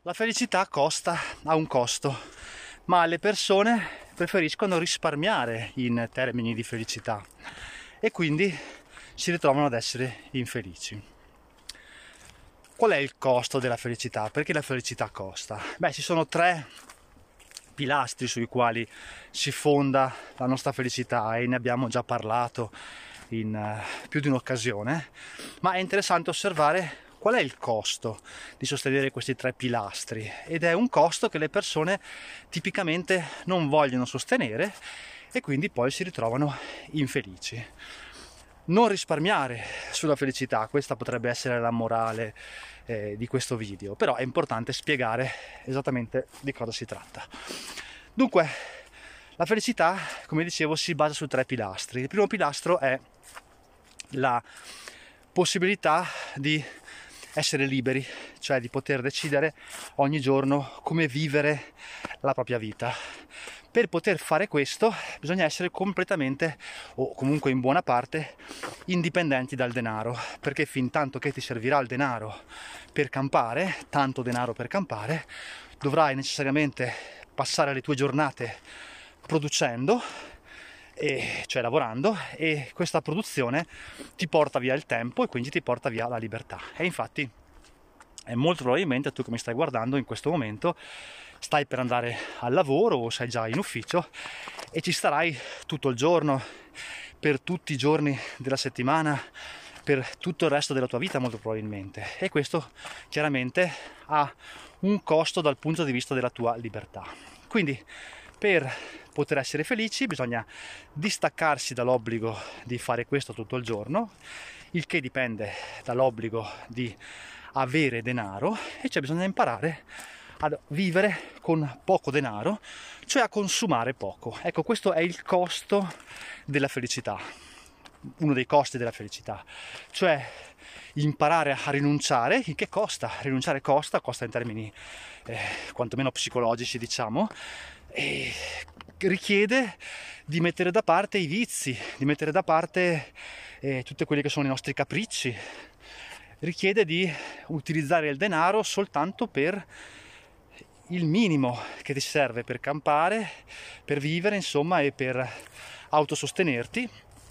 La felicità ha un costo, ma le persone preferiscono risparmiare in termini di felicità e quindi si ritrovano ad essere infelici. Qual è il costo della felicità? Perché la felicità costa? Beh, ci sono 3 pilastri sui quali si fonda la nostra felicità e ne abbiamo già parlato in più di un'occasione, ma è interessante osservare qual è il costo di sostenere questi 3 pilastri, ed è un costo che le persone tipicamente non vogliono sostenere e quindi poi si ritrovano infelici. Non risparmiare sulla felicità, questa potrebbe essere la morale di questo video, però è importante spiegare esattamente di cosa si tratta. Dunque, la felicità, come dicevo, si basa su 3 pilastri. Il primo pilastro è la possibilità di essere liberi, cioè di poter decidere ogni giorno come vivere la propria vita. Per poter fare questo bisogna essere completamente, o comunque in buona parte, indipendenti dal denaro, perché fin tanto che ti servirà il denaro per campare, tanto denaro per campare, dovrai necessariamente passare le tue giornate producendo, cioè lavorando, e questa produzione ti porta via il tempo e quindi ti porta via la libertà. E infatti molto probabilmente tu che mi stai guardando in questo momento stai per andare al lavoro o sei già in ufficio e ci starai tutto il giorno, per tutti i giorni della settimana, per tutto il resto della tua vita molto probabilmente, e questo chiaramente ha un costo dal punto di vista della tua libertà. Quindi per poter essere felici bisogna distaccarsi dall'obbligo di fare questo tutto il giorno, il che dipende dall'obbligo di avere denaro, e cioè bisogna imparare a vivere con poco denaro, cioè a consumare poco. Ecco, questo è il costo della felicità, uno dei costi della felicità, cioè imparare a rinunciare. Il che costa? Rinunciare costa in termini quantomeno psicologici, diciamo, e richiede di mettere da parte i vizi, di mettere da parte tutti quelli che sono i nostri capricci, richiede di utilizzare il denaro soltanto per il minimo che ti serve per campare, per vivere, insomma, e per autosostenerti,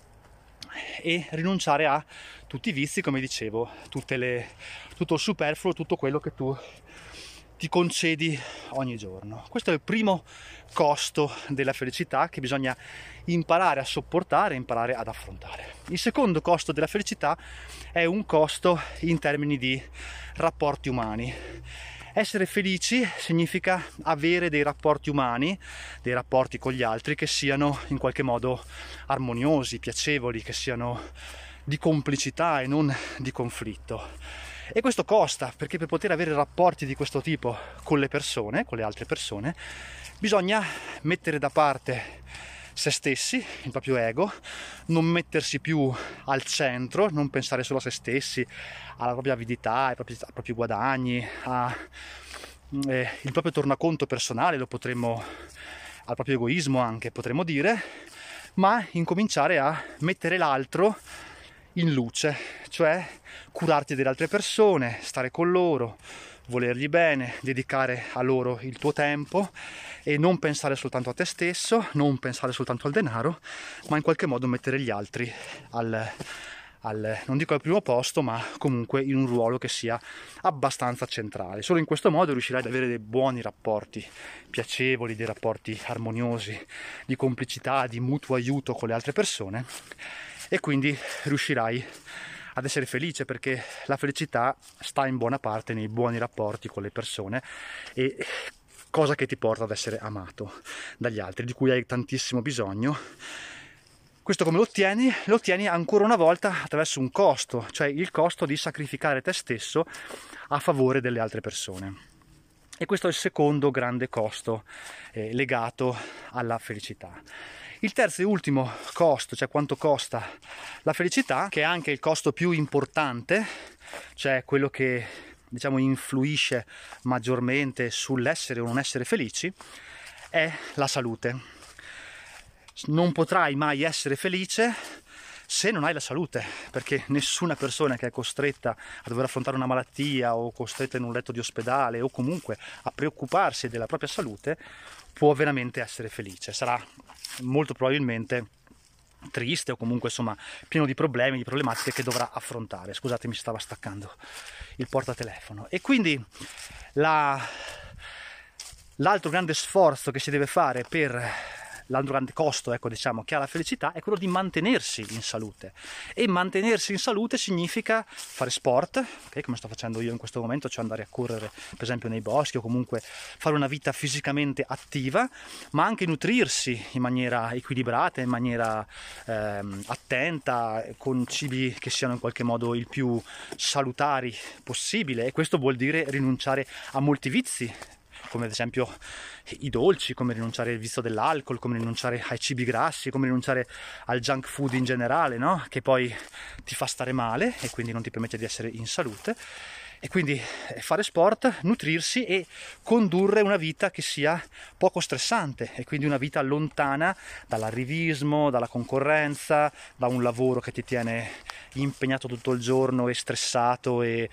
e rinunciare a tutti i vizi, come dicevo, tutto il superfluo, tutto quello che tu ti concedi ogni giorno. Questo è il primo costo della felicità che bisogna imparare a sopportare, imparare ad affrontare. Il secondo costo della felicità è un costo in termini di rapporti umani. Essere felici significa avere dei rapporti umani, dei rapporti con gli altri che siano in qualche modo armoniosi, piacevoli, che siano di complicità e non di conflitto. E questo costa, perché per poter avere rapporti di questo tipo con le persone, con le altre persone, bisogna mettere da parte se stessi, il proprio ego, non mettersi più al centro, non pensare solo a se stessi, alla propria avidità, ai propri guadagni, il proprio tornaconto personale, al proprio egoismo anche, potremmo dire, ma incominciare a mettere l'altro in luce, cioè curarti delle altre persone, stare con loro, volergli bene, dedicare a loro il tuo tempo e non pensare soltanto a te stesso, non pensare soltanto al denaro, ma in qualche modo mettere gli altri non dico al primo posto, ma comunque in un ruolo che sia abbastanza centrale. Solo in questo modo riuscirai ad avere dei buoni rapporti piacevoli, dei rapporti armoniosi, di complicità, di mutuo aiuto con le altre persone, e quindi riuscirai ad essere felice, perché la felicità sta in buona parte nei buoni rapporti con le persone, e cosa che ti porta ad essere amato dagli altri, di cui hai tantissimo bisogno. Questo come lo ottieni? Lo ottieni ancora una volta attraverso un costo, cioè il costo di sacrificare te stesso a favore delle altre persone. E questo è il secondo grande costo legato alla felicità. Il terzo e ultimo costo, cioè quanto costa la felicità, che è anche il costo più importante, cioè quello che, diciamo, influisce maggiormente sull'essere o non essere felici, è la salute. Non potrai mai essere felice se non hai la salute, perché nessuna persona che è costretta a dover affrontare una malattia o costretta in un letto di ospedale o comunque a preoccuparsi della propria salute può veramente essere felice. Sarà molto probabilmente triste o comunque insomma pieno di problemi, di problematiche che dovrà affrontare. Scusate, mi stava staccando il portatelefono. E quindi l'altro grande sforzo che si deve fare l'altro grande costo, ecco, diciamo, che ha la felicità è quello di mantenersi in salute. E mantenersi in salute significa fare sport, okay, come sto facendo io in questo momento, cioè andare a correre per esempio nei boschi o comunque fare una vita fisicamente attiva, ma anche nutrirsi in maniera equilibrata, in maniera attenta, con cibi che siano in qualche modo il più salutari possibile. E questo vuol dire rinunciare a molti vizi, come ad esempio i dolci, come rinunciare al vizio dell'alcol, come rinunciare ai cibi grassi, come rinunciare al junk food in generale, no? Che poi ti fa stare male e quindi non ti permette di essere in salute. E quindi fare sport, nutrirsi e condurre una vita che sia poco stressante, e quindi una vita lontana dall'arrivismo, dalla concorrenza, da un lavoro che ti tiene impegnato tutto il giorno e stressato e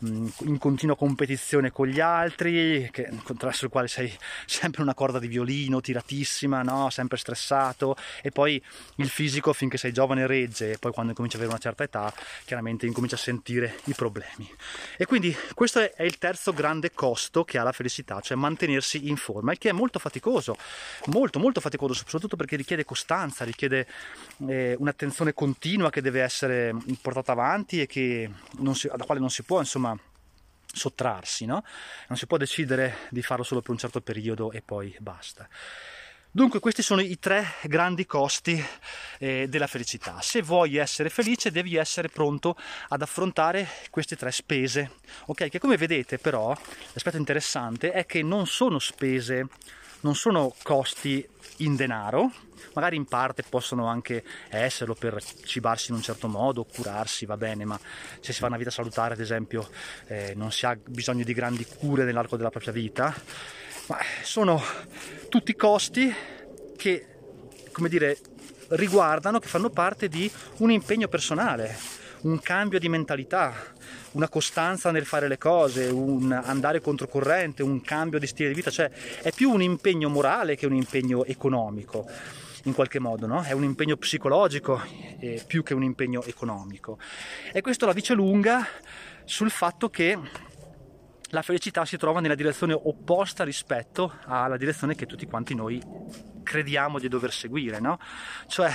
in continua competizione con gli altri, attraverso il quale sei sempre una corda di violino tiratissima, no? Sempre stressato, e poi il fisico finché sei giovane regge, e poi quando incominci ad avere una certa età chiaramente incominci a sentire i problemi. E quindi questo è il terzo grande costo che ha la felicità, cioè mantenersi in forma, il che è molto faticoso, molto molto faticoso, soprattutto perché richiede costanza, richiede un'attenzione continua che deve essere portata avanti e alla quale non si può insomma sottrarsi, no? Non si può decidere di farlo solo per un certo periodo e poi basta. Dunque questi sono i tre grandi costi della felicità. Se vuoi essere felice devi essere pronto ad affrontare queste tre spese, ok? Che come vedete però l'aspetto interessante è che non sono spese, non sono costi in denaro, magari in parte possono anche esserlo per cibarsi in un certo modo, curarsi, va bene, ma se si fa una vita salutare ad esempio non si ha bisogno di grandi cure nell'arco della propria vita, ma sono tutti costi che, come dire, riguardano, che fanno parte di un impegno personale, un cambio di mentalità, una costanza nel fare le cose, un andare controcorrente, un cambio di stile di vita, cioè è più un impegno morale che un impegno economico in qualche modo, no? È un impegno psicologico più che un impegno economico, e questo la dice lunga sul fatto che la felicità si trova nella direzione opposta rispetto alla direzione che tutti quanti noi crediamo di dover seguire, no? Cioè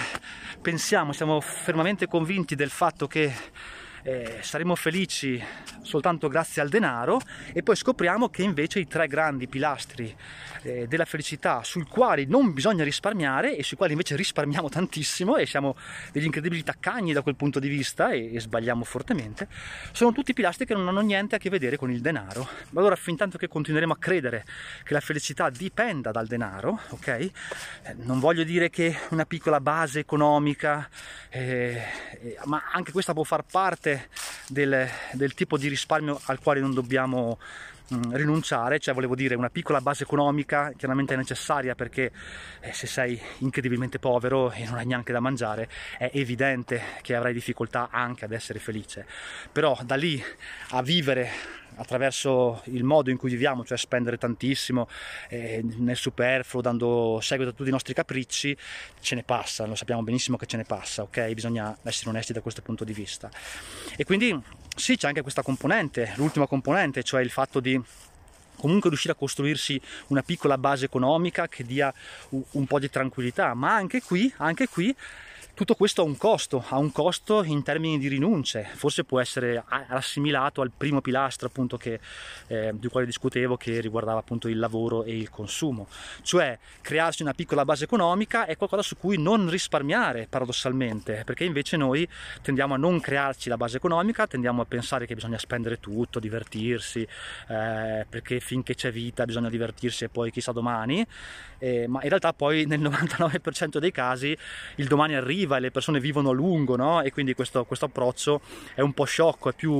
siamo fermamente convinti del fatto che saremo felici soltanto grazie al denaro, e poi scopriamo che invece i tre grandi pilastri della felicità sui quali non bisogna risparmiare e sui quali invece risparmiamo tantissimo e siamo degli incredibili taccagni da quel punto di vista e sbagliamo fortemente, sono tutti pilastri che non hanno niente a che vedere con il denaro. Ma allora, fin tanto che continueremo a credere che la felicità dipenda dal denaro, ok? Non voglio dire che una piccola base economica, ma anche questa può far parte del tipo di risparmio al quale non dobbiamo rinunciare, cioè volevo dire una piccola base economica chiaramente è necessaria, perché se sei incredibilmente povero e non hai neanche da mangiare è evidente che avrai difficoltà anche ad essere felice, però da lì a vivere attraverso il modo in cui viviamo, cioè spendere tantissimo nel superfluo, dando seguito a tutti i nostri capricci, ce ne passa, lo sappiamo benissimo che ce ne passa, ok? Bisogna essere onesti da questo punto di vista. E quindi sì, c'è anche questa componente, l'ultima componente, cioè il fatto di comunque riuscire a costruirsi una piccola base economica che dia un po' di tranquillità, ma anche qui tutto questo ha un costo in termini di rinunce. Forse può essere assimilato al primo pilastro appunto di quale discutevo, che riguardava appunto il lavoro e il consumo, cioè crearsi una piccola base economica è qualcosa su cui non risparmiare paradossalmente, perché invece noi tendiamo a non crearci la base economica, tendiamo a pensare che bisogna spendere tutto, divertirsi, perché finché c'è vita bisogna divertirsi e poi chissà domani, ma in realtà poi nel 99% dei casi il domani arriva e le persone vivono a lungo, no? E quindi questo approccio è un po' sciocco, è più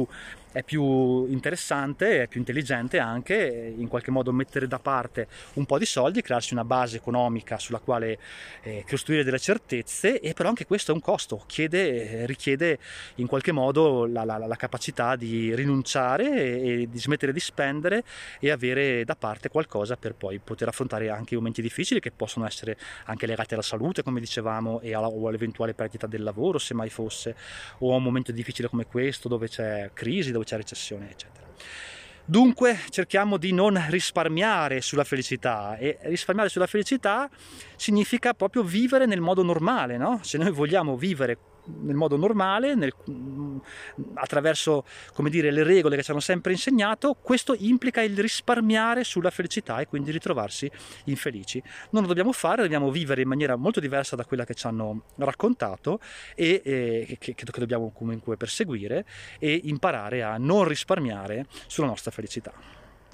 è più interessante, è più intelligente anche in qualche modo mettere da parte un po' di soldi, crearsi una base economica sulla quale costruire delle certezze, e però anche questo è un costo, richiede in qualche modo la capacità di rinunciare e di smettere di spendere e avere da parte qualcosa per poi poter affrontare anche i momenti difficili, che possono essere anche legati alla salute, come dicevamo, o all'eventuale perdita del lavoro, se mai fosse, o a un momento difficile come questo dove c'è crisi, dove c'è recessione, eccetera. Dunque cerchiamo di non risparmiare sulla felicità, e risparmiare sulla felicità significa proprio vivere nel modo normale, no? Se noi vogliamo vivere nel modo normale, attraverso, come dire, le regole che ci hanno sempre insegnato, questo implica il risparmiare sulla felicità e quindi ritrovarsi infelici. Non lo dobbiamo fare, dobbiamo vivere in maniera molto diversa da quella che ci hanno raccontato e che dobbiamo comunque perseguire, e imparare a non risparmiare sulla nostra felicità.